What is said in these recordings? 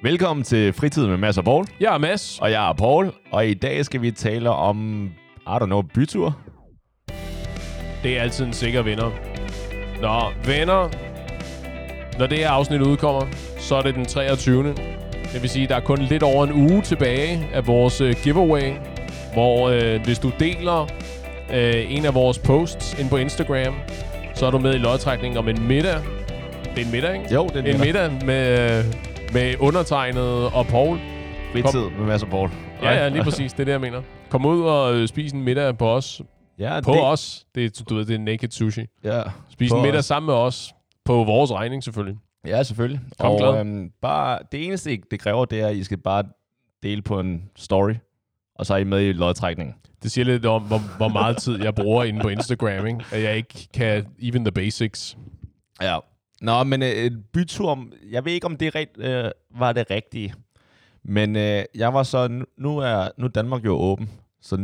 Velkommen til Fritid med Mads og Paul. Jeg er Mads. Og jeg er Paul. Og i dag skal vi tale om, bytur. Det er altid en sikker vinder. Nå, venner. Når det her afsnit udkommer, så er det den 23. Det vil sige, der er kun lidt over en uge tilbage af vores giveaway. Hvor hvis du deler en af vores posts ind på Instagram, så er du med i lodtrækningen om en middag. Det er en middag, ikke? Jo, det er en middag med undertegnet og Paul. Fritid med Mads og Paul. Ja, lige præcis. Det er det, jeg mener. Kom ud og spis en middag på os. Ja, os. Det er naked sushi. Ja. Spis en middag sammen med os. På vores regning, selvfølgelig. Ja, selvfølgelig. Kom og bare det eneste, det kræver, det er, at I skal bare dele på en story. Og så er I med i lodtrækningen. Det siger lidt om, hvor meget tid jeg bruger inde på Instagram, ikke? At jeg ikke kan even the basics. Ja. Nå, men et bytur, jeg ved ikke, om det var det rigtige. Men jeg var så, nu er Danmark jo åben. Så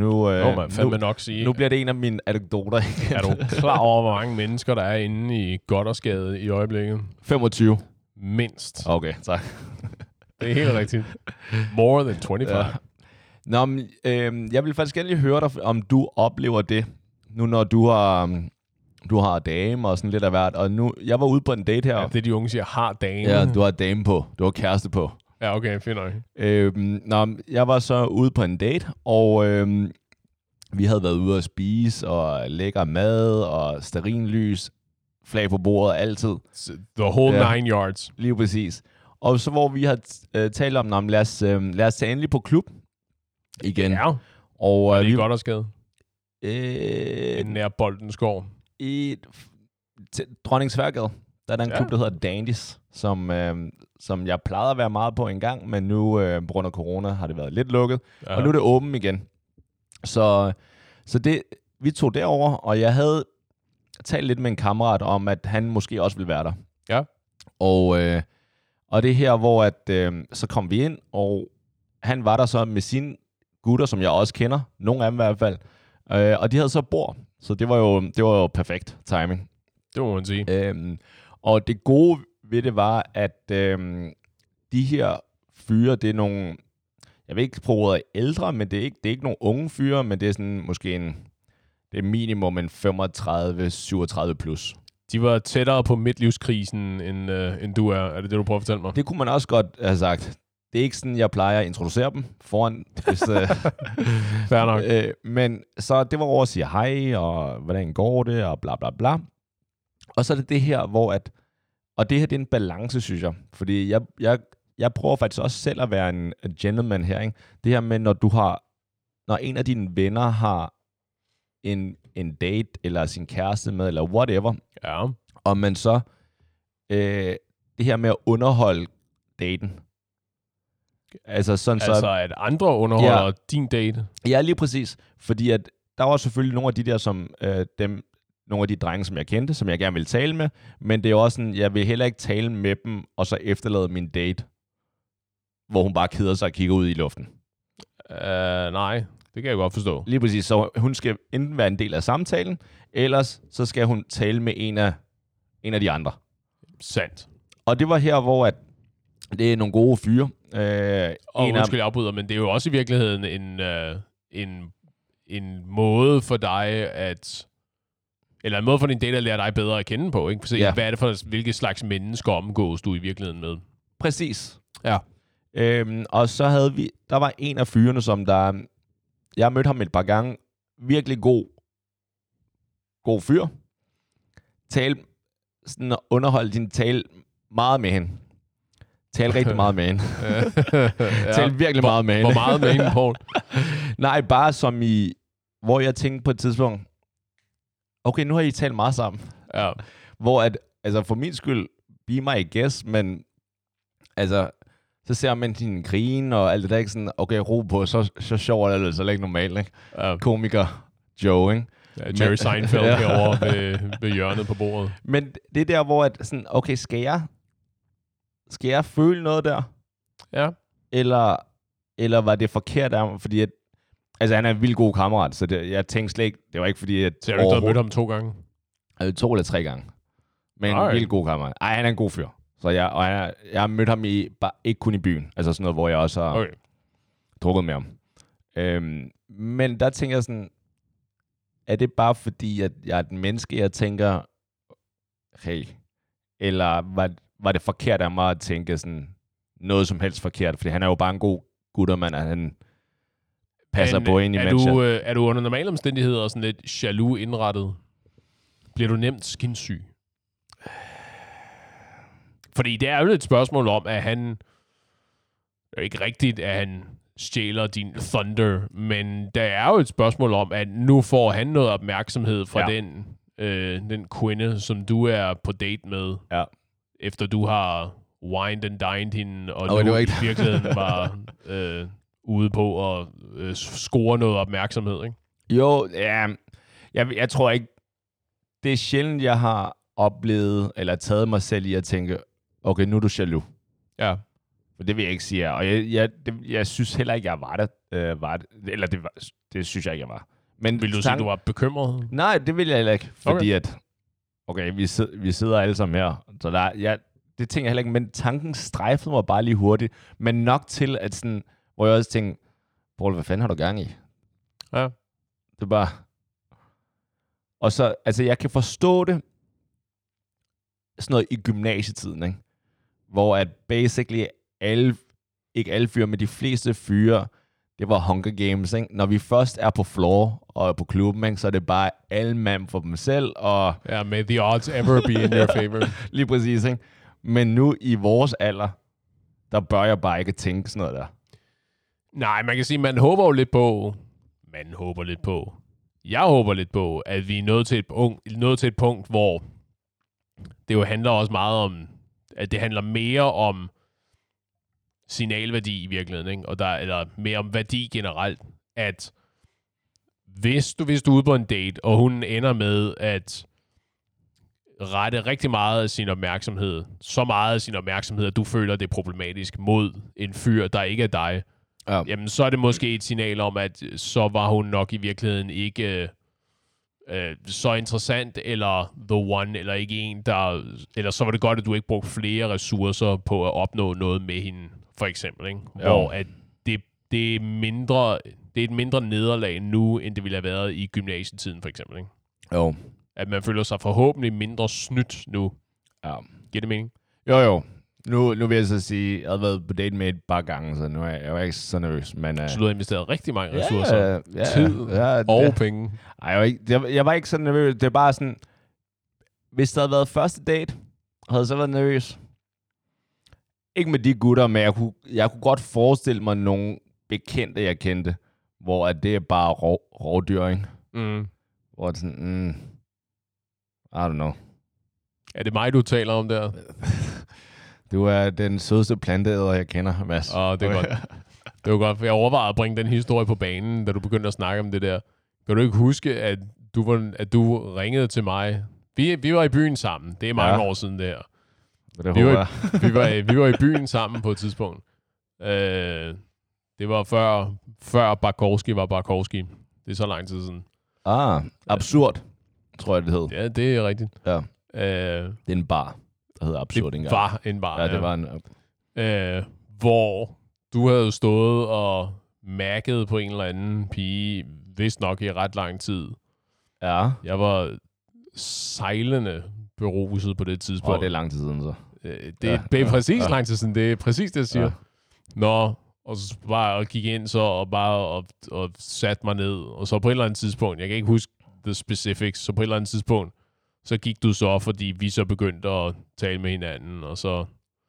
nu bliver det en af mine anekdoter. Er du klar over, hvor mange mennesker, der er inde i Goddersgade i øjeblikket? 25. Mindst. Okay, tak. Det er helt rigtigt. More than 25. Ja. Nå, men, jeg vil faktisk gerne lige høre dig, om du oplever det, nu når du har dame og sådan lidt af hvert. Og nu, jeg var ude på en date her. Ja, det de unge siger, har dame. Ja, du har dame på. Du har kæreste på. Ja, okay, fint nok. Jeg var så ude på en date, og vi havde været ude at spise, og lækker mad, og stearinlys, flag på bordet, altid. The whole 9 yards. Lige præcis. Og så hvor vi har talt om, lad os tage endelig på klub igen. Ja, og det er godt at skade. Nær Boldenskov. I Dronningsværgade, der er der en klub, der hedder Dandys, som jeg plejede at være meget på en gang, men nu på grund af corona har det været lidt lukket, og nu er det åbent igen. Så det, vi tog derover, og jeg havde talt lidt med en kammerat om, at han måske også ville være der. Ja. Og det her, hvor så kom vi ind, og han var der så med sine gutter, som jeg også kender, nogle af dem i hvert fald, og de havde så bord, så det var jo perfekt timing. Det må man sige. Og det gode ved det var, at de her fyre, det er nogle, jeg vil ikke bruge ordet ældre, men det er ikke nogle unge fyre, men det er sådan måske det er minimum en 35-37 plus. De var tættere på midtlivskrisen, end du er. Er det du prøver at fortælle mig? Det kunne man også godt have sagt. Det er ikke sådan, jeg plejer at introducere dem foran. Fair nok. Men så det var over at sige hej, og hvordan går det, og bla bla bla. Og så er det her, og det her, det er en balance, synes jeg. Fordi jeg prøver faktisk også selv at være en gentleman her, ikke? Det her med, når en af dine venner har en date, eller sin kæreste med, eller whatever. Ja. Og man så, det her med at underholde daten. Altså at andre underholder din date? Ja, lige præcis. Fordi at der var selvfølgelig nogle af de der, nogle af de drenge, som jeg kendte, som jeg gerne ville tale med, men det er jo også sådan, jeg vil heller ikke tale med dem, og så efterlade min date, hvor hun bare keder sig og kigger ud i luften. Nej, det kan jeg godt forstå. Lige præcis, så hun skal enten være en del af samtalen, ellers så skal hun tale med en af de andre. Sandt. Og det var her, hvor det er nogle gode fyre. Undskyld, jeg afbryder, men det er jo også i virkeligheden en måde for dig eller en måde for din date at lære dig bedre at kende på, ikke? For se, hvad er det for, hvilke slags mennesker omgås du i virkeligheden med? Præcis. Ja. Og så havde der var en af fyrene, jeg mødte ham et par gange, virkelig god fyr. Sådan underholde din tale meget med hende. Tal rigtig meget med hende. Tal virkelig meget med hende. Hvor meget med hende, Paul? Nej, bare som i, hvor jeg tænkte på et tidspunkt, okay, nu har I talt meget sammen. Ja. Hvor for min skyld, be my guest, men så ser man din grine og alt det der, ikke sådan, okay, ro på, så sjov er det så ikke normalt, ikke? Ja. Komiker Joe, ikke? Ja, Jerry Seinfeld herovre ved hjørnet på bordet. Men det er der, hvor sådan, okay, skal jeg føle noget der? Ja. Eller var det forkert af mig? Fordi han er en vildt god kammerat, så jeg tænkte slet ikke, det var ikke fordi, at... Så har du mødt ham 2 gange? 2 eller 3 gange. Men en vildt god kammerat. Ej, han er en god fyr. Så jeg har mødt ham ikke kun i byen. Altså sådan noget, hvor jeg også har drukket med ham. Men der tænker jeg sådan, er det bare fordi, at jeg er et menneske, jeg tænker, hey, eller var det forkert af mig at tænke sådan noget som helst forkert? Fordi han er jo bare en god guttermand, at han passer på ind i mennesker. Er du under normale omstændigheder sådan lidt jaloux indrettet? Bliver du nemt skinsyg? Fordi det er jo et spørgsmål om, at han... Det er ikke rigtigt, at han stjæler din thunder, men der er jo et spørgsmål om, at nu får han noget opmærksomhed fra den kvinde, som du er på date med, efter du har wined and dined hende, og nu i virkeligheden var ude på at score noget opmærksomhed, ikke? Jo, ja. Jeg tror ikke... Det er sjældent, jeg har oplevet, eller taget mig selv i at tænke, okay, nu er du jaloux. Ja. For det vil jeg ikke sige. Og jeg synes heller ikke, jeg var det. Eller det synes jeg ikke, jeg var. Men vil du sige, du var bekymret? Nej, det vil jeg heller ikke. Fordi at... Okay, vi sidder alle sammen her. Så det tænker jeg heller ikke. Men tanken strejfede mig bare lige hurtigt. Men nok til, at sådan... Hvor jeg også tænkte, Paul, hvad fanden har du gang i? Ja. Det er bare... Og så... Altså, jeg kan forstå det... Sådan noget i gymnasietiden, ikke? Hvor at basically ikke alle fyre, men de fleste fyre, det var Hunger Games, ikke? Når vi først er på floor og på klubben, ikke? Så er det bare alle mand for dem selv, og... Ja, may the odds ever be in your favor. Lige præcis, ikke? Men nu i vores alder, der bør jeg bare ikke tænke sådan noget der. Nej, man kan sige, man håber lidt på, jeg håber lidt på, at vi er nået til et punkt, hvor det jo handler også meget om, at det handler mere om signalværdi i virkeligheden, ikke? Eller mere om værdi generelt, at hvis du er ude på en date, og hun ender med at rette rigtig meget af sin opmærksomhed, så meget af sin opmærksomhed, at du føler, det er problematisk mod en fyr, der ikke er dig, jamen så er det måske et signal om, at så var hun nok i virkeligheden ikke så interessant, eller the one, eller ikke en, der... Eller så var det godt, at du ikke brugte flere ressourcer på at opnå noget med hende, for eksempel, ikke? Hvor at det er et mindre nederlag nu, end det ville have været i gymnasietiden, for eksempel, ikke? Jo. At man føler sig forhåbentlig mindre snydt nu. Ja. Giver det mening? Jo. Nu vil jeg så sige, at jeg havde været på date med et par gange, så nu er jeg ikke så nervøs. Men, så du har investeret rigtig mange ressourcer, tid og penge. Ej, jeg var ikke så nervøs. Det er bare sådan, hvis det havde været første date, havde jeg så været nervøs. Ikke med de gutter, men jeg kunne godt forestille mig nogle bekendte, jeg kendte, hvor at det er bare rovdyr, ikke? Mm. Hvor det sådan, I don't know. Er det mig, du taler om der? Du er den sødeste planteæder, jeg kender, Mads. Det er godt. Det var godt, for jeg overvejede at bringe den historie på banen, da du begyndte at snakke om det der. Kan du ikke huske, at du ringede til mig? Vi var i byen sammen. Det er mange år siden det her. Vi var i byen sammen på et tidspunkt. Det var før Barkowski var Barkowski. Det er så lang tid siden. Absurd, tror jeg, det hed. Ja, det er rigtigt. Ja. Det er en bar, der hedder Absurd engang. Det var en bar, ja. Det var en... hvor du havde stået og mærket på en eller anden pige, vist nok i ret lang tid. Ja. Jeg var sejlende beruset på det tidspunkt. Det er lang tid siden, så. Det er præcis lang tid siden. Det er præcis det, jeg siger. Ja. Og så bare gik ind så og satte mig ned. Og så på et eller andet tidspunkt, jeg kan ikke huske the specifics, så på et eller andet tidspunkt, så gik du så, fordi vi så begyndte at tale med hinanden, og så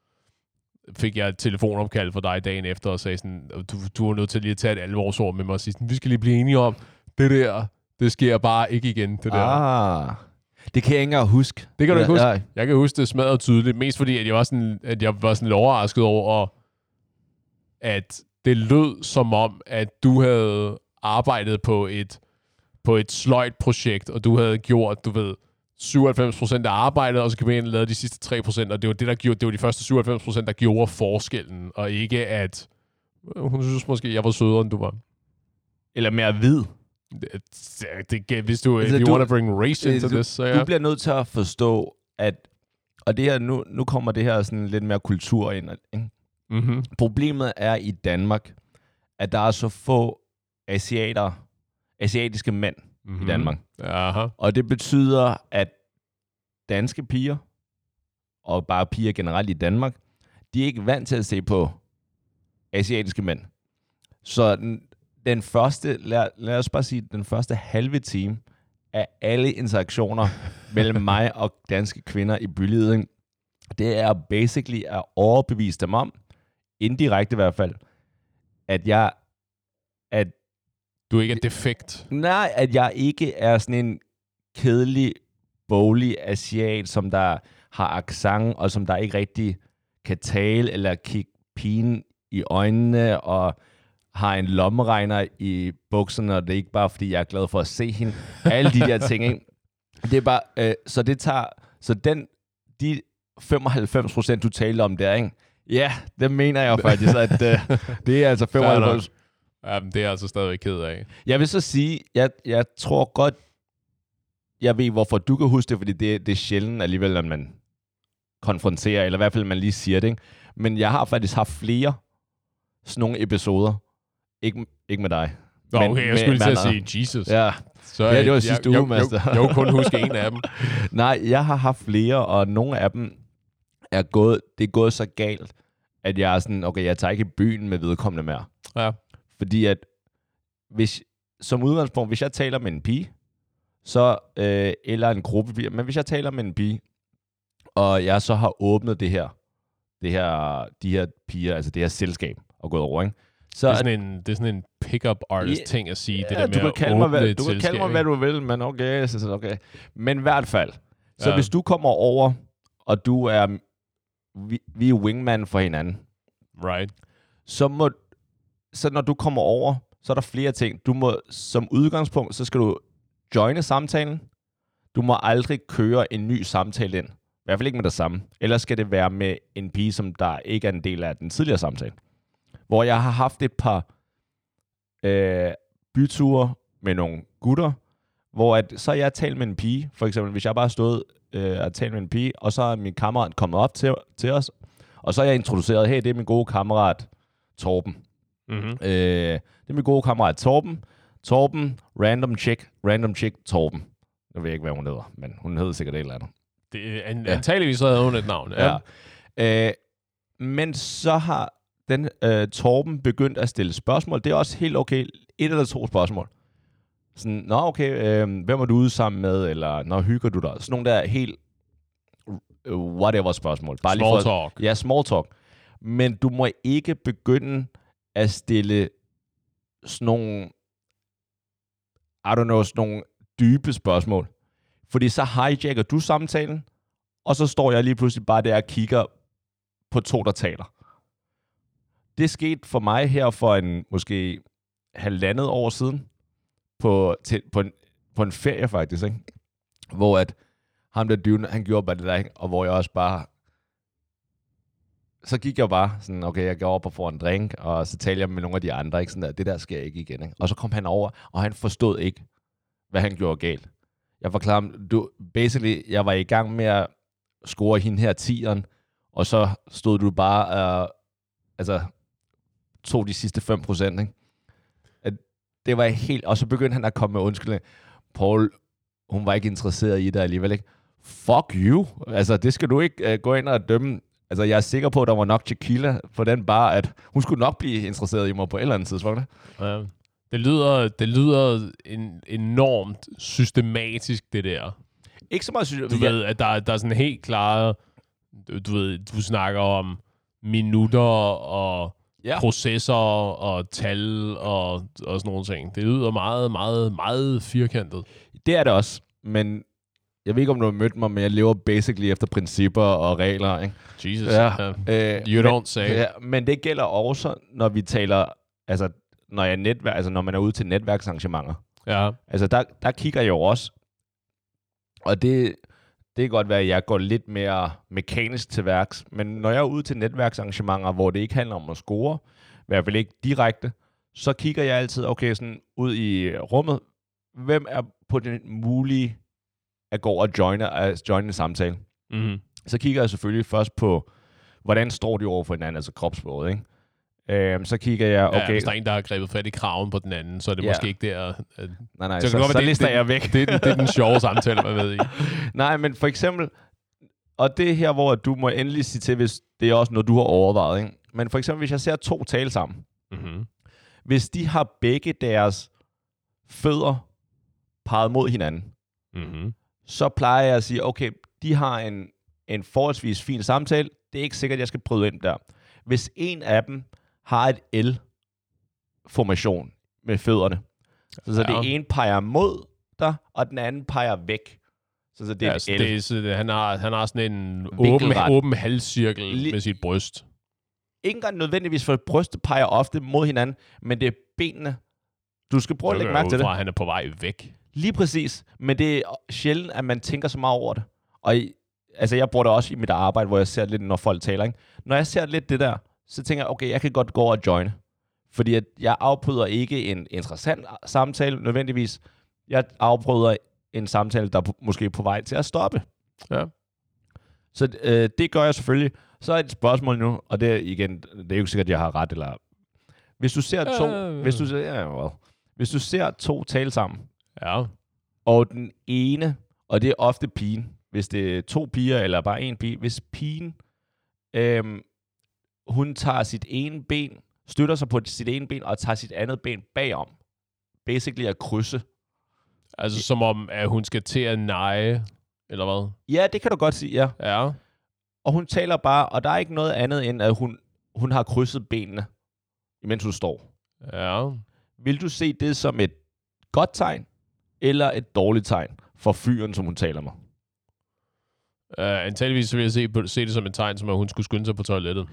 fik jeg et telefonopkald fra dig dagen efter, og sagde sådan, du var nødt til lige at tage et alvorsord med mig, og sige sådan, vi skal lige blive enige om, det sker bare ikke igen, det der. Det kan jeg ikke engang huske. Det kan du ikke huske? Ja. Jeg kan huske det smadret tydeligt, mest fordi, at jeg var sådan lidt overrasket over, at det lød som om, at du havde arbejdet på et sløjt projekt, og du havde gjort, 97% af arbejdet, og så kan man lave de sidste 3%, og det var de første 97%, der gjorde forskellen, og ikke at hun synes måske, jeg var sødere, end du var. Eller mere hvid. Hvis du, if you want to bring race into this, så ja. Du bliver nødt til at forstå, at Og det her, nu kommer det her sådan lidt mere kultur ind. Ikke? Mm-hmm. Problemet er i Danmark, at der er så få asiatiske mænd i Danmark. Aha. Og det betyder, at danske piger, og bare piger generelt i Danmark, de er ikke vant til at se på asiatiske mænd. Så den første, lad os bare sige, den første halve time af alle interaktioner mellem mig og danske kvinder i bylivet, det er basically at overbevise dem om, indirekte i hvert fald, at du ikke er defekt. Nej, at jeg ikke er sådan en kedelig, boglig asiat, som der har accent, og som der ikke rigtig kan tale, eller kigge pigen i øjnene, og har en lommeregner i bukserne, og det er ikke bare, fordi jeg er glad for at se hende. Alle de der ting, ikke? Det er bare, så det tager, så de 95%, du taler om der, ikke? Ja, det mener jeg faktisk, at det er altså 95%. Ja, men det er jeg altså stadigvæk ked af. Jeg vil så sige, jeg tror godt, jeg ved, hvorfor du kan huske det, fordi det er sjældent alligevel, når man konfronterer, eller i hvert fald, man lige siger det, ikke? Men jeg har faktisk haft flere sådan nogle episoder. Ikke med dig. Nå, okay, jeg skulle lige til at sige, Jesus. Ja, så, det var sidste uge, Master. Jeg kunne kun huske en af dem. Nej, jeg har haft flere, og nogle af dem det er gået så galt, at jeg er sådan, okay, jeg tager ikke i byen med vedkommende mere. Ja. Fordi at, som udgangspunkt, hvis jeg taler med en pige, så, eller en gruppe piger, men hvis jeg taler med en pige, og jeg så har åbnet de her piger, altså det her selskab, og gået over, ikke? Så det er sådan en pick-up artist ting at sige, det der med du at åbne et du kan kalde mig, hvad du vil, men okay, så okay. Men i hvert fald, så hvis du kommer over, og du er, vi er wingman for hinanden, right? Så når du kommer over, så er der flere ting. Du må, som udgangspunkt, så skal du joine samtalen. Du må aldrig køre en ny samtale ind. I hvert fald ikke med det samme. Ellers skal det være med en pige, som der ikke er en del af den tidligere samtale. Hvor jeg har haft et par byture med nogle gutter, hvor så har jeg talt med en pige. For eksempel, hvis jeg bare har stået og talt med en pige, og så er min kammerat kommet op til os, og så har jeg introduceret, hey, det er min gode kammerat Torben. Mm-hmm. Det er min gode kammerat Torben. Torben, random chick, Torben. Jeg ved ikke, hvad hun hedder, men hun hedder sikkert et eller andet. Antageligvis så havde hun et navn. Ja. Men så har den Torben begyndt at stille spørgsmål. Det er også helt okay. 1 eller 2 spørgsmål. Sådan, nå okay, hvem er du ude sammen med? Eller, nå, hygger du dig? Sådan nogle der helt whatever spørgsmål. Bare small talk. Ja, small talk. Men du må ikke begynde at stille sådan nogle, sådan nogle dybe spørgsmål. Fordi så hijacker du samtalen, og så står jeg lige pludselig bare der og kigger på 2, der taler. Det skete for mig her for måske 1,5 år siden, på en ferie faktisk, ikke? Hvor at ham der dyven, han gjorde bare det der, ikke? Og hvor jeg også bare, så gik jeg bare sådan, okay, jeg går op og får en drink, og så talte jeg med nogle af de andre, ikke? Sådan der, det der sker ikke igen, ikke? Og så kom han over, og han forstod ikke, hvad han gjorde galt. Jeg forklarede ham, jeg var i gang med at score hende her 10'eren, og så stod du bare, tog de sidste 5%, ikke? Det var helt, og så begyndte han at komme med undskyldning. Paul, hun var ikke interesseret i det alligevel, ikke? Fuck you. Altså, det skal du ikke gå ind og dømme. Altså, jeg er sikker på, at der var nok tequila for den bare, at hun skulle nok blive interesseret i mig på et eller andet tidspunkt. Ja. Det lyder enormt systematisk, det der. Ikke så meget Du ved, at der er sådan helt klare, du snakker om minutter og processer og tal og sådan nogle ting. Det lyder meget, meget, meget firkantet. Det er det også, men jeg ved ikke, om du har mødt mig, men jeg lever basically efter principper og regler, ikke? Jesus. Ja. You don't say. Ja, men det gælder også, når vi taler, altså når man er ude til netværksarrangementer. Ja. Altså der kigger jeg jo også, og det kan godt være, at jeg går lidt mere mekanisk til værks, men når jeg er ude til netværksarrangementer, hvor det ikke handler om at score, i hvert fald ikke direkte, så kigger jeg altid, okay, sådan ud i rummet, hvem er på den mulige at gå og joine en samtale. Mm-hmm. så kigger jeg selvfølgelig først på, hvordan står de over for hinanden, altså kropssproget, ikke? Så kigger jeg, okay... Ja, hvis der er en, der har grebet fat i kraven på den anden, så er det måske ikke der... Nej, så lister jeg væk. Det er den sjove samtale, man ved i. Nej, men for eksempel... Og det er her, hvor du må endelig sige til, hvis det er også noget, du har overvejet, ikke? Men for eksempel, hvis jeg ser 2 tale sammen. Mm-hmm. Hvis de har begge deres fødder peget mod hinanden, så plejer jeg at sige, okay, de har en forholdsvis fin samtale. Det er ikke sikkert, at jeg skal bryde ind der. Hvis en af dem har et L-formation med fødderne, så det ene peger mod dig, og den anden peger væk. Så det er et L. Han har sådan en åben halscirkel med sit bryst. Ikke engang nødvendigvis, for brystet peger ofte mod hinanden, men det er benene. Du skal prøve at lægge mærke til det. Han er på vej væk. Lige præcis, men det er sjældent, at man tænker så meget over det. Og jeg bruger det også i mit arbejde, hvor jeg ser lidt, når folk taler, ikke? Når jeg ser lidt det der, så tænker jeg, okay, jeg kan godt gå over og joine. Fordi at jeg afbryder ikke en interessant samtale nødvendigvis. Jeg afbryder en samtale, der måske er på vej til at stoppe. Ja. Så det gør jeg selvfølgelig. Så er et spørgsmål nu, og det er igen, det er jo ikke sikkert, at jeg har ret, eller... Hvis du ser hvis du ser 2 tale sammen, og den ene, og det er ofte pigen, hvis det er 2 piger, eller bare 1 pige, hvis pigen, hun tager sit ene ben, støtter sig på sit ene ben, og tager sit andet ben bagom, basically at krydse. Altså som om, at hun skal til at neje, eller hvad? Ja, det kan du godt sige, ja. Ja. Og hun taler bare, og der er ikke noget andet end, at hun har krydset benene, imens hun står. Ja. Vil du se det som et godt tegn, eller et dårligt tegn for fyren, som hun taler med? Antageligvis vil jeg se det som et tegn, som at hun skulle skynde sig på toilettet.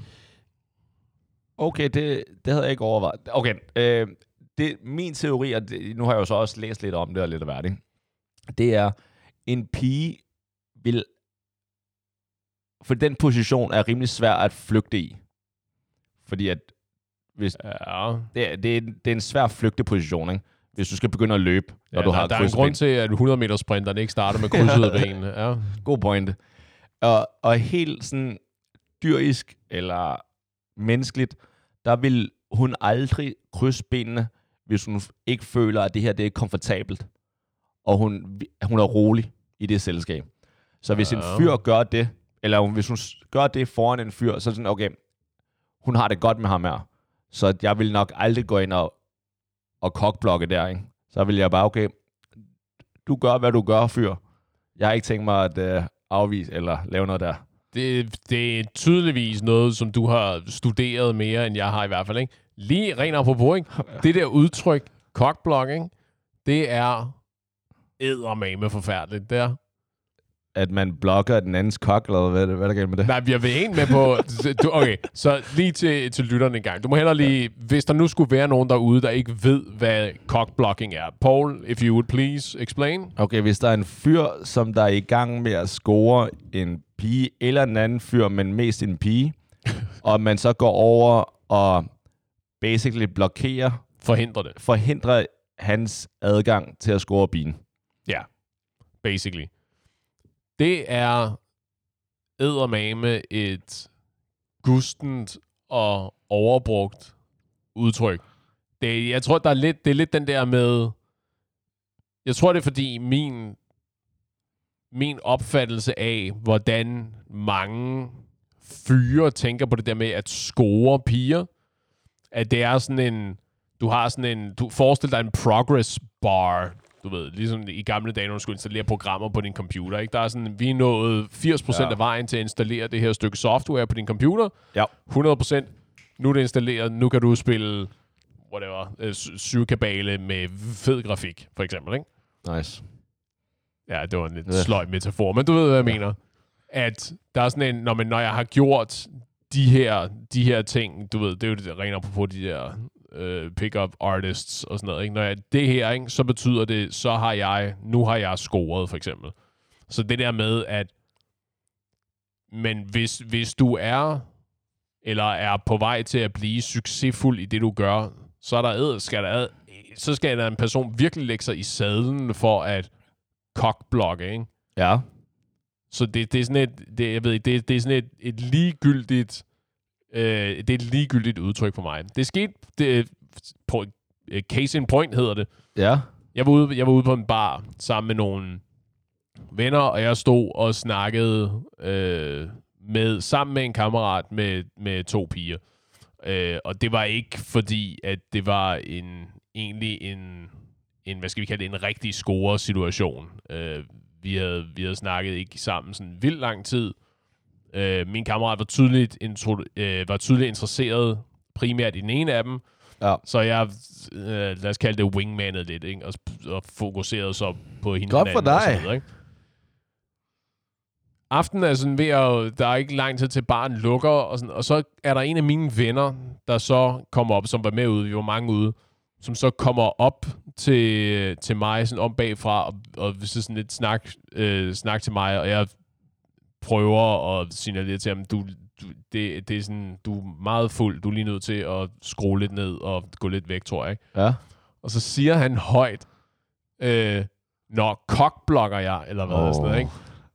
Okay, det havde jeg ikke overvejet. Okay, det min teori, og nu har jeg jo så også læst lidt om det og lidt af hvert, ikke? Det er, en pige vil... For den position er rimelig svær at flygte i. Fordi at... Hvis, det er en svær flygteposition, ikke? Hvis du skal begynde at løbe, når du har der er en grund til, at 100-meter sprinteren ikke starter med krydsede ben. Ja. God pointe. Og helt sådan dyrisk eller menneskeligt, der vil hun aldrig krydse benene, hvis hun ikke føler, at det her det er komfortabelt. Og hun er rolig i det selskab. Så hvis en fyr gør det, eller hvis hun gør det foran en fyr, så er det sådan, okay, hun har det godt med ham her. Så jeg vil nok aldrig gå ind og kokblokke der, ikke? Så vil jeg bare, okay, du gør, hvad du gør, fyr. Jeg har ikke tænkt mig at afvise eller lave noget der. Det er tydeligvis noget, som du har studeret mere, end jeg har i hvert fald, ikke? Lige rent apropos, ikke? Det der udtryk, kokblokking, det er eddermame forfærdeligt, der. At man blokker den andens kok, eller hvad er der galt med det? Nej, jeg vil en med på... Okay, så lige til lytterne en gang. Du må heller lige... Hvis der nu skulle være nogen derude, der ikke ved, hvad cockblocking er. Paul, if you would please explain. Okay, hvis der er en fyr, som der er i gang med at score en pige, eller en anden fyr, men mest en pige, og man så går over og basically blokerer... Forhindrer hans adgang til at score pigen. Ja, basically. Det er eddermame et gustent og overbrugt udtryk. Jeg tror, det er lidt den der med... Jeg tror, det er fordi min opfattelse af, hvordan mange fyre tænker på det der med at score piger, at det er sådan en... Du forestiller dig en progress bar, du ved, ligesom i gamle dage, når du skulle installere programmer på din computer, ikke? Der er sådan, vi er nået 80% af vejen til at installere det her stykke software på din computer. Ja. 100%. Nu er det installeret. Nu kan du spille, syvkabale med fed grafik, for eksempel, ikke? Nice. Ja, det var en lidt sløj metafor, men du ved, hvad jeg mener. At der er sådan en, når jeg har gjort de her ting, du ved, det er jo det rent apropos de der pick-up artists og sådan noget, ikke? Når det her, ikke, så betyder det, nu har jeg scoret, for eksempel. Så det der med, at men hvis du er, eller er på vej til at blive succesfuld i det, du gør, så skal der en person virkelig lægge sig i sadlen for at cockblocke, ikke? Ja. Så det er sådan jeg ved ikke, det er sådan et ligegyldigt, det er et ligegyldigt udtryk for mig. Det skete, case in point hedder det. Ja. Jeg var ude på en bar sammen med nogle venner, og jeg stod og snakkede sammen med en kammerat med 2 piger. Og det var ikke fordi, at det var egentlig en hvad skal vi kalde det, en rigtig score-situation. Vi havde snakket ikke sammen sådan vildt lang tid. Min kammerat var tydeligt interesseret primært i den ene af dem. Ja. Så jeg, lad os kalde det wingmanet lidt, ikke? Og fokuserede så på hende. Godt for dig. Videre, ikke? Aftenen er sådan ved at, der er ikke lang tid til baren lukker, og så er der en af mine venner, der så kommer op, som var med ude, vi var mange ude, som så kommer op til mig sådan om bagfra, og så sådan lidt snak til mig, og jeg prøver at signalere til ham, det er sådan, du er meget fuld, du er lige nødt til at skrue lidt ned og gå lidt væk, tror jeg, ikke? Ja. Og så siger han højt, kokblokker jeg, eller hvad sådan noget, ikke?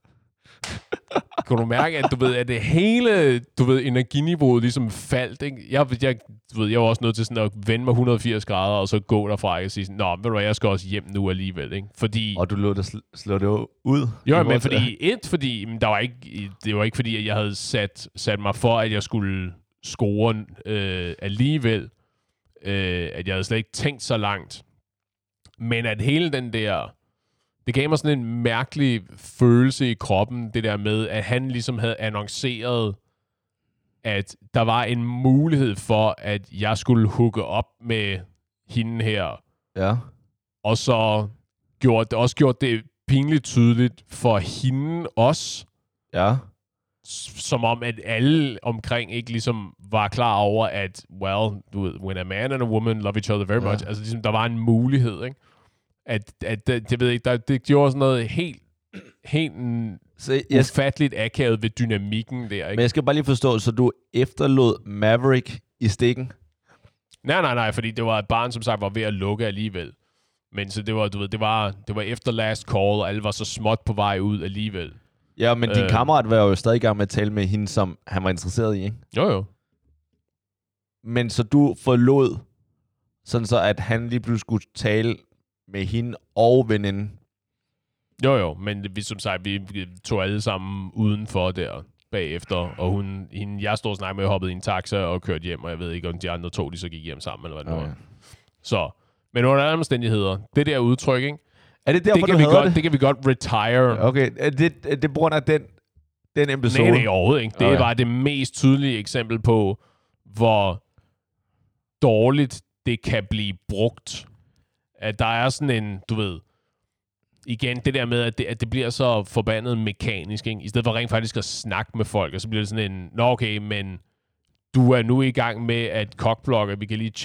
Kunne du mærke, at at det hele, energiniveauet ligesom faldt, ikke? Jeg var også nødt til sådan at vende mig 180 grader, og så gå derfra og sige sådan, nå, ved du hvad, jeg skal også hjem nu alligevel, ikke? Fordi... Og du lå det slå det ud? Jo, men fordi der var ikke, det var ikke fordi, at jeg havde sat mig for, at jeg skulle score alligevel. At jeg havde slet ikke tænkt så langt. Men at hele den der... Det gav mig sådan en mærkelig følelse i kroppen, det der med, at han ligesom havde annonceret, at der var en mulighed for, at jeg skulle hooke op med hende her. Ja. Og så gjort det pinligt tydeligt for hende også. Ja. Som om, at alle omkring ikke ligesom var klar over, at, well, when a man and a woman love each other very much, altså ligesom, der var en mulighed, ikke? At jeg ved ikke, det gjorde sådan noget helt ufatteligt akavet ved dynamikken der, ikke? Men jeg skal bare lige forstå, så du efterlod Maverick i stikken? Nej, fordi det var et barn, som sagt var ved at lukke alligevel. Men så det var, det var efter last call, og alle var så småt på vej ud alligevel. Ja, men din kammerat var jo stadig i gang med at tale med hende, som han var interesseret i, ikke? Jo. Men så du forlod, sådan så at han lige pludselig skulle tale med hende og veninden? Jo, men vi tog alle sammen udenfor der bagefter, og jeg stod og snakkede med, hoppede i en taxa og kørte hjem, og jeg ved ikke, om de andre to, de så gik hjem sammen, eller hvad det var. Så, men under alle omstændigheder, det der udtryk, ikke? Er det derfor, det kan vi godt retire. Okay, det på grund af den episode? Nej, overhovedet ikke. Det var det mest tydelige eksempel på, hvor dårligt det kan blive brugt. At der er sådan en, igen, det der med, at det bliver så forbandet mekanisk, ikke? I stedet for rent faktisk at snakke med folk, og så bliver det sådan en, okay, men du er nu i gang med at cockblokke, vi kan lige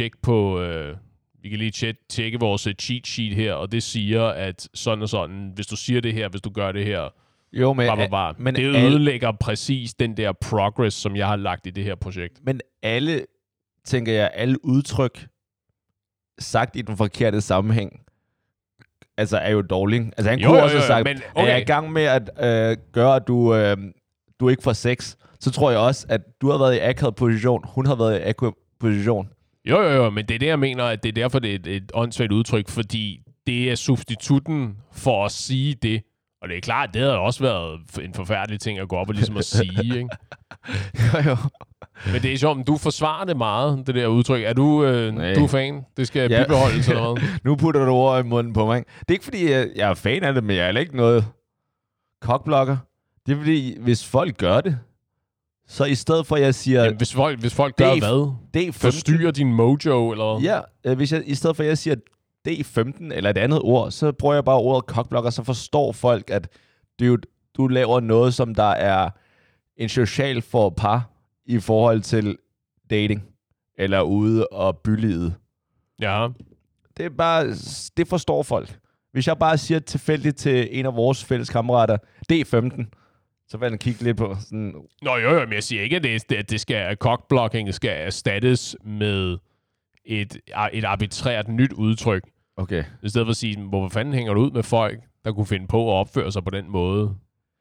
tjekke vores cheat sheet her, og det siger, at sådan og sådan, hvis du siger det her, hvis du gør det her, jo, men det ødelægger præcis den der progress, som jeg har lagt i det her projekt. Men alle udtryk sagt i den forkerte sammenhæng, altså er jo dårligt. Altså han kunne også have sagt, men, okay. Er jeg i gang med at gøre, at du ikke får sex, så tror jeg også, at du har været i akavet position, hun har været i akavet position. Jo, men det er det, jeg mener, at det er derfor, det er et åndssvagt udtryk, fordi det er substitutten for at sige det. Og det er klart, det havde også været en forfærdelig ting at gå op og ligesom at sige, ikke? Jo. Men det er sjovt, du forsvarer det meget, det der udtryk. Er du er fan? Det skal bibeholdes eller noget. Nu putter du ord i munden på mig. Det er ikke, fordi jeg er fan af det, men jeg er ikke noget cockblocker. Det er, fordi hvis folk gør det, så i stedet for, at jeg siger... Jamen, hvis folk gør hvad? Forstyrrer din mojo, eller... Ja, i stedet for, at jeg siger D15 eller et andet ord, så bruger jeg bare ordet cockblocker, så forstår folk, at du laver noget, som der er en social for par i forhold til dating, eller ude og bylivet. Ja. Det er bare... Det forstår folk. Hvis jeg bare siger tilfældigt til en af vores fælles kammerater, D15, så vil han kigge lidt på sådan... Nå jo, men jeg siger ikke, at cockblocking skal erstattes med et arbitrært nyt udtryk. Okay. I stedet for at sige, hvorfor fanden hænger du ud med folk, der kunne finde på at opføre sig på den måde?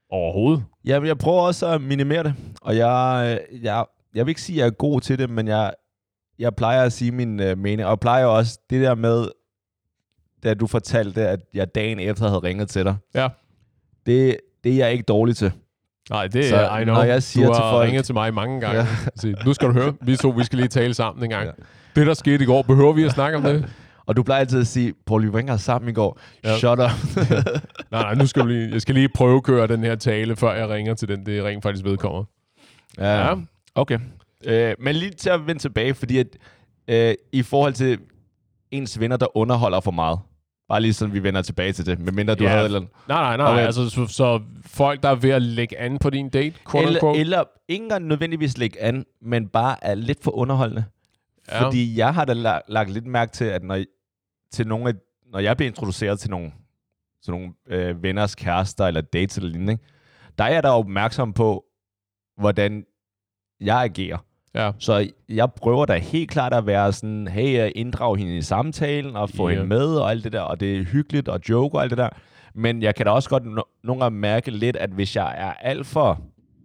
overhovedet. Jamen, jeg prøver også at minimere det, og jeg vil ikke sige, at jeg er god til det, men jeg plejer at sige min mening, og jeg plejer også det der med, da du fortalte, at jeg dagen efter havde ringet til dig. Ja. Det er jeg ikke dårlig til. Nej, det er I know. Når jeg siger du har til folk, ringet til mig mange gange. Ja. Nu skal du høre, vi skal lige tale sammen en gang. Ja. Det, der skete i går, behøver vi at snakke om det? Og du plejer altid at sige, Paul, vi ringer sammen i går. Ja. Shut up. nej, nu skal jeg skal lige prøvekøre den her tale, før jeg ringer til den, det rent faktisk vedkommer. Ja. Okay. Men lige til at vende tilbage, fordi at, i forhold til ens venner, der underholder for meget. Bare lige sådan, vi vender tilbage til det, medmindre du havde eller... Nej. Okay. Altså, så folk, der er ved at lægge an på din date, eller ikke nødvendigvis lægge an, men bare er lidt for underholdende. Ja. Fordi jeg har da lagt lidt mærke til, at når jeg bliver introduceret til nogle venners kærester, eller dates eller lignende, der er jeg da opmærksom på, hvordan jeg agerer. Ja. Så jeg prøver da helt klart at være sådan, hey, inddrage hende i samtalen, og få hende med, og alt det der, og det er hyggeligt, og joke og alt det der. Men jeg kan da også godt nogle gange mærke lidt, at hvis jeg er alt for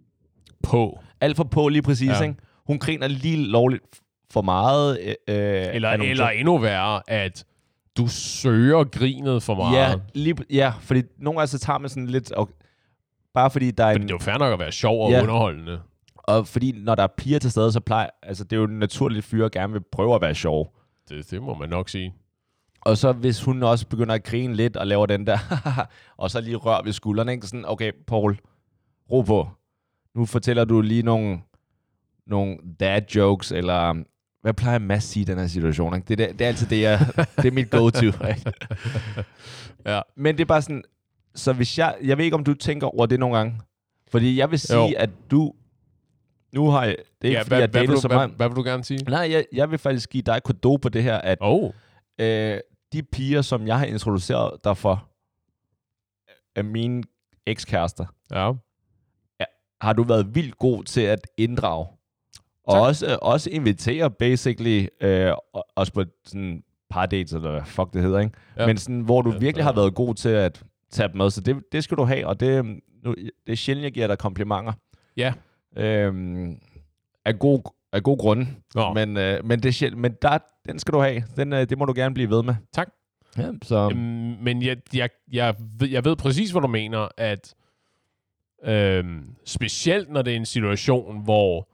på lige præcis, ikke? Hun griner lige lovligt for meget. Eller endnu værre, at du søger grinet for meget. Fordi nogle gange så tager man sådan lidt... Bare fordi der er det er jo fair nok at være sjov og underholdende. Og fordi når der er piger til stede, så plejer... Altså, det er jo naturligt, fyre gerne vil prøve at være sjov. Det må man nok sige. Og så hvis hun også begynder at grine lidt og laver den der... og så lige rør ved skuldrene, ikke? Sådan, okay, Paul, ro på. Nu fortæller du lige nogle dad jokes, eller... Hvad plejer Mads at sige i den her situation? Ikke? Det er altid det er mit go-to. Ja. Men det er bare sådan... Så hvis jeg ved ikke, om du tænker over det nogle gange. Fordi jeg vil sige, at du... Nu har jeg... Det er ikke, fordi jeg dater så meget. Hvad vil du gerne sige? Nej, jeg vil faktisk give dig kado på det her, at de piger, som jeg har introduceret dig for, er mine ekskærester. Ja. Har du været vildt god til at inddrage. Og også invitere, basically, også på sådan par dates, eller hvad fuck det hedder, ikke? Ja. Men sådan, hvor du virkelig har været god til at tage dem med. Så det skal du have, og det er sjældent, jeg giver dig komplimenter. Ja. Af god grunde. Men det er sjældent. Men den skal du have. Det må du gerne blive ved med. Tak. Ja, så. Men jeg ved præcis, hvad du mener, at specielt når det er en situation, hvor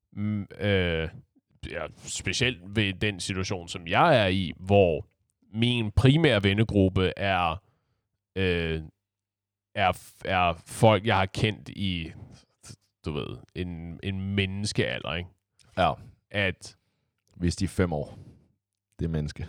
specielt ved den situation, som jeg er i, hvor min primære vennegruppe er folk, jeg har kendt i, du ved, en menneskealder, ikke? Ja. At hvis de er 5 år, det er menneske.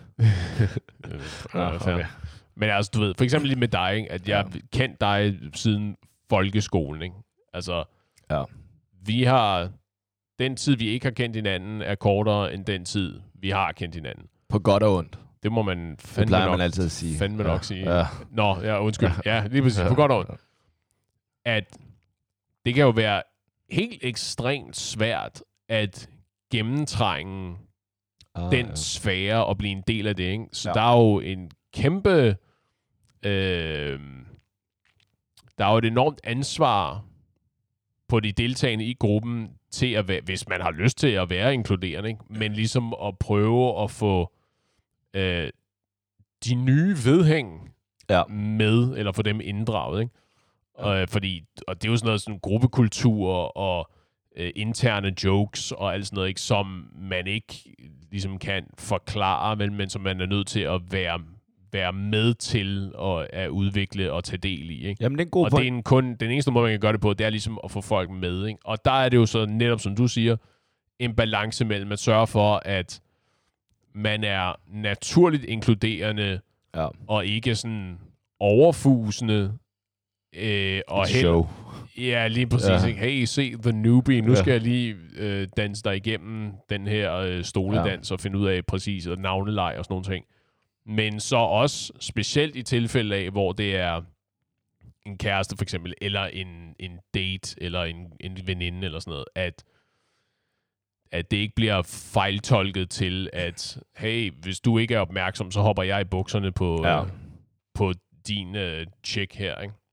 Okay. Men altså, du ved, for eksempel lige med dig, ikke? At jeg har kendt dig siden folkeskolen, ikke? Altså, vi har... Den tid, vi ikke har kendt hinanden, er kortere end den tid, vi har kendt hinanden. På godt og ondt. Det må man man altid at sige. Fandme nok sige. Ja. Nå, undskyld. Ja, lige præcis. På godt og ondt. At det kan jo være helt ekstremt svært at gennemtrænge den sfære og blive en del af det, ikke? Så der er jo en kæmpe... der er jo et enormt ansvar på de deltagende i gruppen til at være, hvis man har lyst til at være inkluderende, ikke? Men ligesom at prøve at få de nye vedhæng med, eller få dem inddraget, ikke? Og det er jo sådan noget sådan gruppekultur og interne jokes og alt sådan noget, ikke? Som man ikke ligesom kan forklare, men som man er nødt til at være med til at udvikle og tage del i, ikke? Jamen, det er en god point. Den eneste måde, man kan gøre det på, det er ligesom at få folk med, ikke? Og der er det jo så netop, som du siger, en balance mellem at sørge for, at man er naturligt inkluderende og ikke sådan overfusende. Og show. Ja, lige præcis. Ikke? Hey, se The Newbie. Nu skal jeg lige danse dig igennem den her stoledans og finde ud af præcis og navneleg og sådan nogle ting. Men så også specielt i tilfælde af, hvor det er en kæreste for eksempel, eller en date, eller en veninde, eller sådan noget, at det ikke bliver fejltolket til, at hey, hvis du ikke er opmærksom, så hopper jeg i bukserne på din chick her, ikke?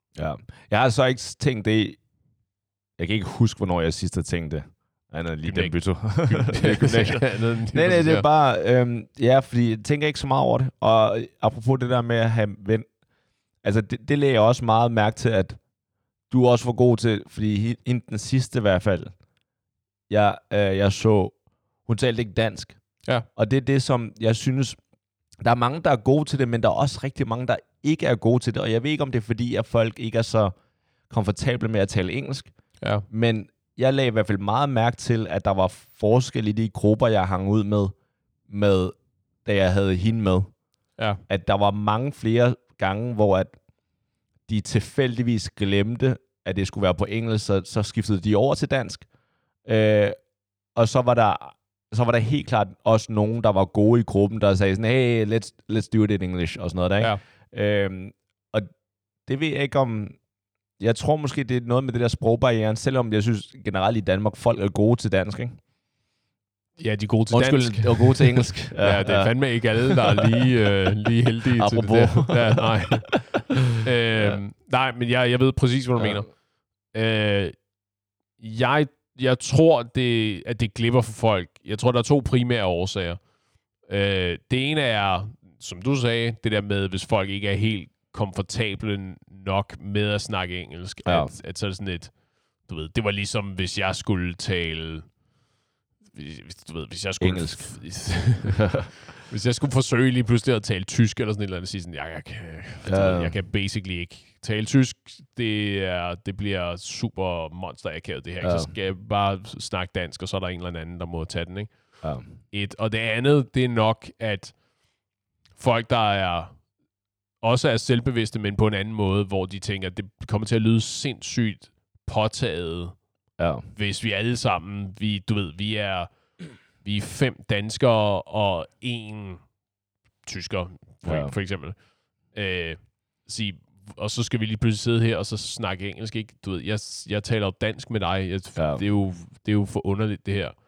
Ja. Jeg har så ikke tænkt det. Jeg kan ikke huske, hvornår jeg sidst har tænkt det. Andet end lige den bytte. Nej, det er bare... fordi jeg tænker ikke så meget over det. Og apropos det der med at have ven... Altså, det lagde jeg også meget mærke til, at du også var god til... Fordi inden den sidste i hvert fald, jeg så... Hun talte ikke dansk. Ja. Og det er det, som jeg synes... Der er mange, der er gode til det, men der er også rigtig mange, der ikke er gode til det. Og jeg ved ikke, om det er fordi, at folk ikke er så komfortable med at tale engelsk. Ja. Men jeg lagde i hvert fald meget mærke til, at der var forskel i de grupper, jeg hang ud med da jeg havde hende med. Ja. At der var mange flere gange, hvor at de tilfældigvis glemte, at det skulle være på engelsk, så skiftede de over til dansk. Og så var der helt klart også nogen, der var gode i gruppen, der sagde sådan, hey, let's do it in English, og sådan noget der, ikke? Ja. Og det ved jeg ikke om... Jeg tror måske, det er noget med det der sprogbarrieren, selvom jeg synes generelt i Danmark, folk er gode til dansk, ikke? Ja, de er gode til dansk. Og gode til engelsk. Ja, det er fandme ikke alle, der er lige heldige apropos. Til det der. Ja, nej. Nej, men jeg ved præcis, hvad du mener. Jeg tror, at det glipper for folk. Jeg tror, der er 2 primære årsager. Det ene er, som du sagde, det der med, hvis folk ikke er helt komfortable nok med at snakke engelsk. Ja. At så er det sådan et... Du ved, det var ligesom, hvis jeg skulle tale... Hvis jeg skulle... Engelsk. Hvis jeg skulle forsøge lige pludselig at tale tysk, eller sådan et eller andet, sige sådan, jeg kan basically ikke tale tysk. Det bliver super monster-akavet, det her. Ja. Så skal jeg bare snakke dansk, og så er der en eller anden, der må tage den, ikke? Ja. Og det andet, det er nok, at folk, der også er selvbevidste, men på en anden måde, hvor de tænker, at det kommer til at lyde sindssygt påtaget, hvis vi alle sammen, vi er 5 danskere og 1 tysker, for eksempel. Og så skal vi lige pludselig sidde her og så snakke engelsk, ikke? Du ved, jeg taler jo dansk med dig. Det er jo for underligt, det her.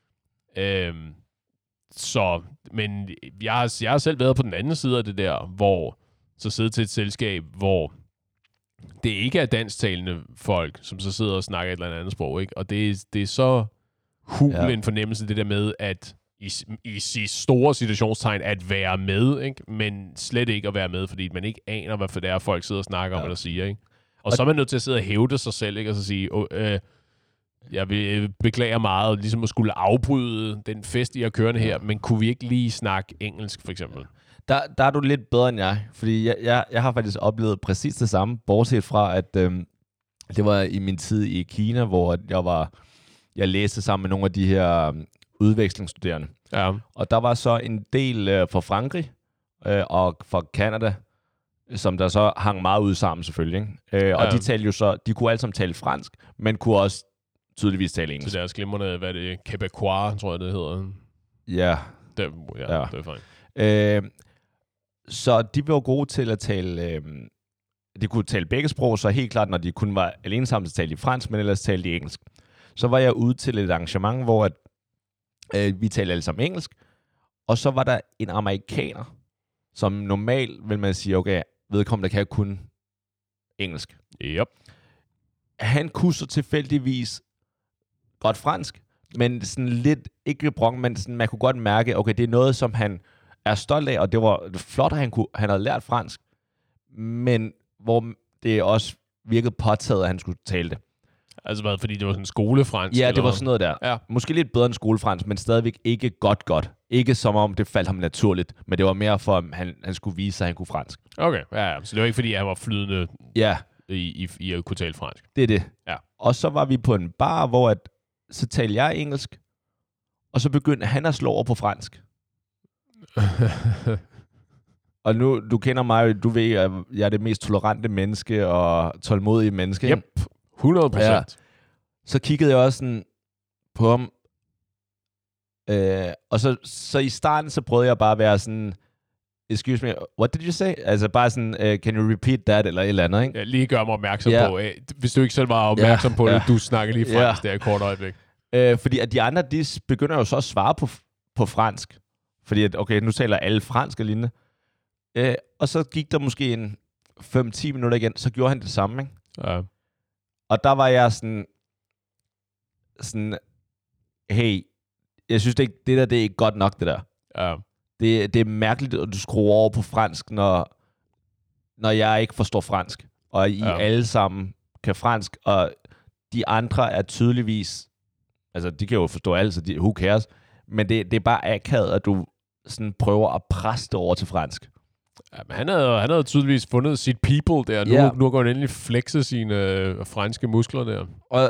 Men jeg har selv været på den anden side af det der, hvor så sidder til et selskab, hvor det ikke er dansktalende folk, som så sidder og snakker et eller andet sprog, ikke? Og det er så en fornemmelse, det der med, at i store situationstegn, at være med, ikke? Men slet ikke at være med, fordi man ikke aner, hvad for det er, folk sidder og snakker om eller siger, ikke? Og så er man nødt til at sidde og hævde sig selv, ikke? Og så sige, jeg vil beklage meget, ligesom at skulle afbryde den fest, I har kørende her, men kunne vi ikke lige snakke engelsk, for eksempel? Der er du lidt bedre end jeg, fordi jeg har faktisk oplevet præcis det samme, bortset fra, at det var i min tid i Kina, hvor jeg læste sammen med nogle af de her udvekslingsstuderende. Ja. Og der var så en del fra Frankrig og fra Canada, som der så hang meget ud sammen selvfølgelig. Ikke? Og de talte jo så, de kunne alle sammen tale fransk, men kunne også tydeligvis tale engelsk. Så deres glimrende, hvad er det, Québécois, tror jeg det hedder. Ja. Det er fint. Så de var jo gode til at tale... de kunne tale begge sprog, så helt klart, når de kun var alene sammen, så talte de fransk, men ellers talte de engelsk. Så var jeg ude til et arrangement, hvor vi talte alle sammen engelsk, og så var der en amerikaner, som normalt vil man sige, okay, vedkommende kan kun engelsk. Yep. Han kunne så tilfældigvis godt fransk, men sådan lidt, ikke brong, men sådan, man kunne godt mærke, okay, det er noget, som han er stolt af, og det var flot, at han havde lært fransk, men hvor det også virkede påtaget, at han skulle tale det. Altså hvad, fordi det var sådan skolefransk? Ja, det var sådan noget der. Ja. Måske lidt bedre end skolefransk, men stadigvæk ikke godt. Ikke som om det faldt ham naturligt, men det var mere for, at han skulle vise sig, at han kunne fransk. Okay, ja. Så det var ikke, fordi han var flydende i at kunne tale fransk? Det er det. Ja. Og så var vi på en bar, hvor så talte jeg engelsk, og så begyndte han at slå over på fransk. Og nu, du kender mig, du ved, at jeg er det mest tolerante menneske og tålmodige menneske. Yep, 100%. Ja. Så kiggede jeg også sådan på ham. Og så i starten, så prøvede jeg bare at være sådan, excuse me, what did you say? Altså bare sådan, can you repeat that, eller et eller andet, ikke? Ja, lige gør mig opmærksom på, hvis du ikke selv var opmærksom på det, du snakker lige fransk der i kort øjeblik. Fordi at de andre, de begynder jo så at svare på fransk. Fordi at, okay, nu taler alle fransk og lignende. Og så gik der måske en 5-10 minutter igen, så gjorde han det samme, ikke? Ja. Og der var jeg sådan, hey, jeg synes det er ikke godt nok, det der. Ja. Det er mærkeligt, at du skruer over på fransk, når jeg ikke forstår fransk. Og I alle sammen kan fransk, og de andre er tydeligvis, altså de kan jo forstå alt, så who cares, men det er bare akavet, at du sådan prøver at presse det over til fransk. Ja, men han havde tydeligvis fundet sit people der. Nu går han endelig flexe sine franske muskler der.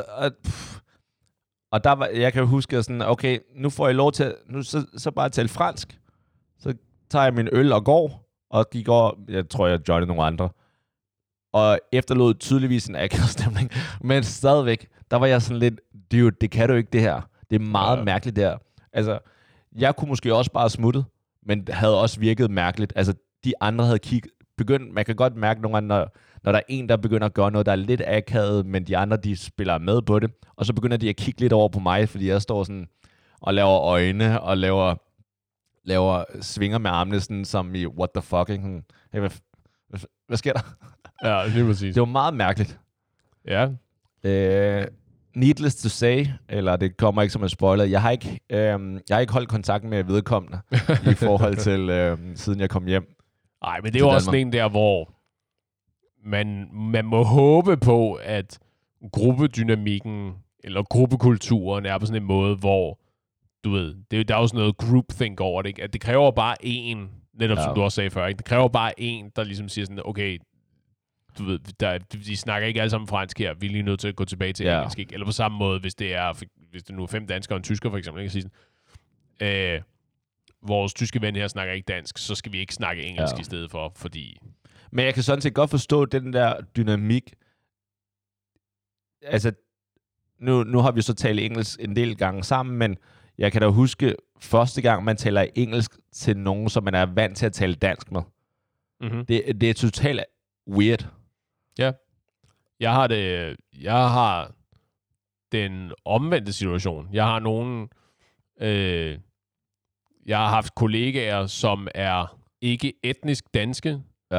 Og der var, jeg kan huske sådan, okay, nu får jeg lov til, så bare tale fransk. Så tager jeg min øl og går, og gik over, jeg tror, jeg joinede nogle andre. Og efterlod tydeligvis en akavet stemning. Men stadigvæk, der var jeg sådan lidt, dude, det kan du ikke det her. Det er meget mærkeligt der. Altså, jeg kunne måske også bare smuttet, men det havde også virket mærkeligt. Altså, de andre havde begyndt, man kan godt mærke nogle gange, når der er en, der begynder at gøre noget, der er lidt akavet, men de andre, de spiller med på det. Og så begynder de at kigge lidt over på mig, fordi jeg står sådan og laver øjne, og laver svinger med armene, sådan som i what the fucking. Hey, hvad sker der? Ja, lige præcis. Det var meget mærkeligt. Ja. Needless to say, eller det kommer ikke som en spoiler, jeg har ikke holdt kontakt med vedkommende i forhold til, siden jeg kom hjem. Nej, men det er jo også en der, hvor man må håbe på, at gruppedynamikken eller gruppekulturen er på sådan en måde, hvor, du ved, der er jo sådan noget groupthink over det, ikke? At det kræver bare en, netop som du også sagde før, ikke? Det kræver bare en, der ligesom siger sådan, okay, du ved, de snakker ikke alle sammen fransk her, vi er lige nødt til at gå tilbage til engelsk, ikke? Eller på samme måde, hvis det nu er 5 danskere og en tysker for eksempel, ikke? Sige sådan, vores tyske ven her snakker ikke dansk, så skal vi ikke snakke engelsk i stedet for, fordi... Men jeg kan sådan set godt forstå den der dynamik. Altså, nu har vi så talt engelsk en del gange sammen, men jeg kan da huske første gang, man taler engelsk til nogen, som man er vant til at tale dansk med. Mm-hmm. Det er totalt weird. Ja. Jeg har den omvendte situation. Jeg har nogen... jeg har haft kollegaer, som er ikke etnisk danske,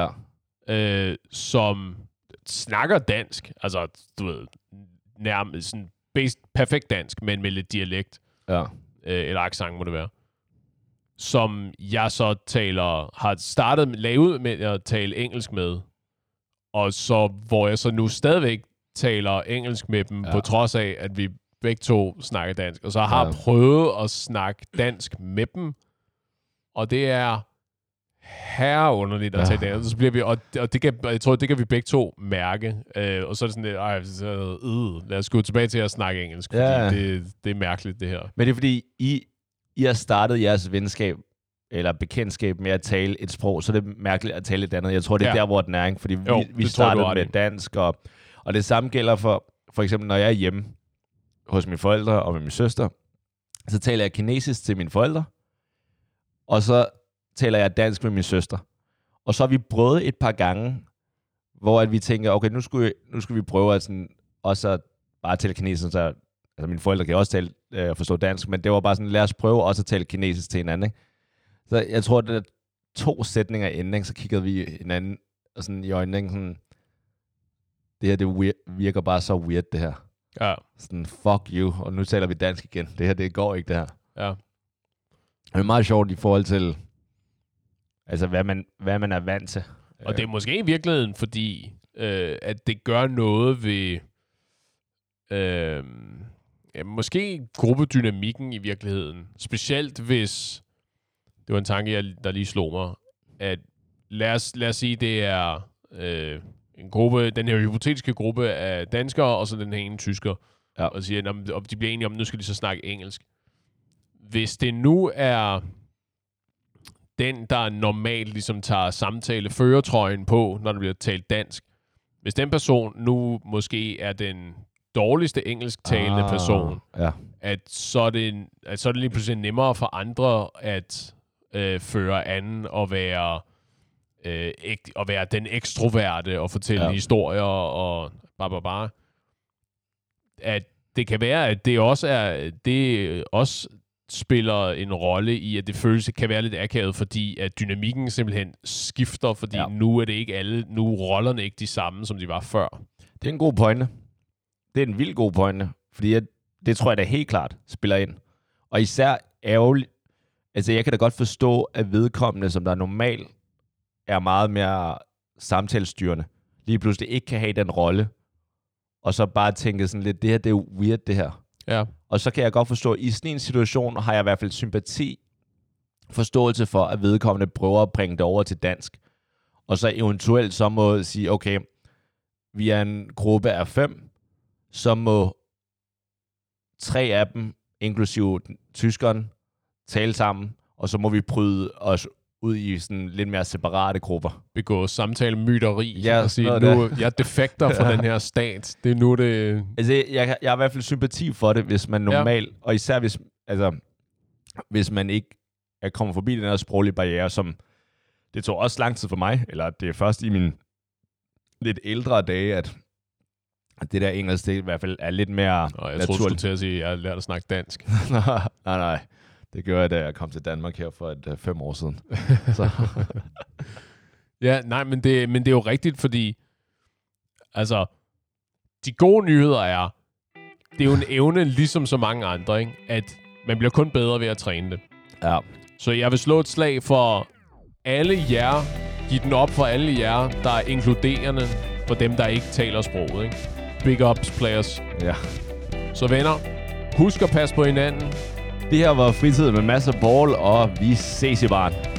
som snakker dansk, altså, du ved, nærmest sådan perfekt dansk, men med lidt dialekt, eller accent må det være, som jeg så har startet lavet med at tale engelsk med, og så, hvor jeg så nu stadigvæk taler engelsk med dem, på trods af, at vi begge to snakker dansk, og så har prøvet at snakke dansk med dem, og det er herreunderligt at tale dansk. Så bliver vi, og det kan, jeg tror, det kan vi begge to mærke, og så er det sådan lidt, lad os gå tilbage til at snakke engelsk, fordi det er mærkeligt, det her. Men det er fordi, I har startet jeres venskab, eller bekendtskab med at tale et sprog, så det er mærkeligt at tale et andet. Jeg tror, det er der, hvor den er, ikke? Fordi vi startede med dansk, og det samme gælder for eksempel, når jeg er hjemme hos mine forældre og med min søster, så taler jeg kinesisk til mine forældre, og så taler jeg dansk med min søster. Og så har vi prøvet et par gange, hvor at vi tænker, okay, nu skulle vi prøve at sådan, også at bare tale kinesisk, så altså mine forældre kan også tale forstå dansk, men det var bare sådan, lad os prøve også at tale kinesisk til hinanden, ikke? Så jeg tror, at det er 2 sætninger inden, så kiggede vi hinanden og sådan i øjnene, sådan, det her, det virker bare så weird, det her. Ja. Sådan, fuck you, og nu taler vi dansk igen. Det her, det går ikke, det her. Ja. Det er meget sjovt i forhold til, altså, hvad man er vant til. Og det er måske i virkeligheden, fordi, at det gør noget ved, måske gruppedynamikken i virkeligheden. Specielt hvis, det var en tanke, der lige slog mig, at lad os sige, det er en gruppe, den her hypotetiske gruppe af danskere, og så den her ene tysker, og siger, og de bliver enige om, nu skal de så snakke engelsk. Hvis det nu er den, der normalt ligesom tager samtaleførertrøjen på, når der bliver talt dansk, hvis den person nu måske er den dårligste engelsktalende person, at så er det lige pludselig nemmere for andre at føre an og være den ekstroverte og fortælle historier og at det kan være, at det også spiller en rolle i, at det føles kan være lidt akavet, fordi at dynamikken simpelthen skifter, fordi nu er det ikke alle, nu er rollerne ikke de samme, som de var før. Det er en god pointe. Det er en vild god pointe, fordi det tror jeg da helt klart spiller ind. Og især ærgerligt, altså jeg kan da godt forstå, at vedkommende, som der normalt er meget mere samtalestyrende, lige pludselig ikke kan have den rolle, og så bare tænke sådan lidt, det her, det er weird, det her. Ja. Og så kan jeg godt forstå, at i sådan en situation har jeg i hvert fald sympati, forståelse for, at vedkommende prøver at bringe det over til dansk. Og så eventuelt så må sige, okay, vi er en gruppe af 5, så må 3 af dem, inklusive tyskeren, tale sammen, og så må vi bryde os ud i sådan lidt mere separate grupper. Begå samtalemyteri. Ja, og sige, nu jeg defekter fra den her stat. Det er nu det... Altså, jeg har i hvert fald sympati for det, hvis man normalt, og især hvis man ikke kommer forbi den her sproglige barriere, som det tog også lang tid for mig, eller det er først i mine lidt ældre dage, at det der engelsk, det i hvert fald er lidt mere naturligt. Jeg troede, du skulle til at sige, at jeg har lært at snakke dansk. nej. Det gjorde jeg, da jeg kom til Danmark her for 5 år siden. Så. Ja, nej, men det er jo rigtigt, fordi altså, de gode nyheder er, det er jo en evne, ligesom så mange andre, ikke? At man bliver kun bedre ved at træne det. Ja. Så jeg vil slå et slag for alle jer, giv den op for alle jer, der er inkluderende for dem, der ikke taler sproget, ikke? Big ups, players. Ja. Så venner, husk at passe på hinanden. Det her var Fritid med masser af ball, og vi ses i baren.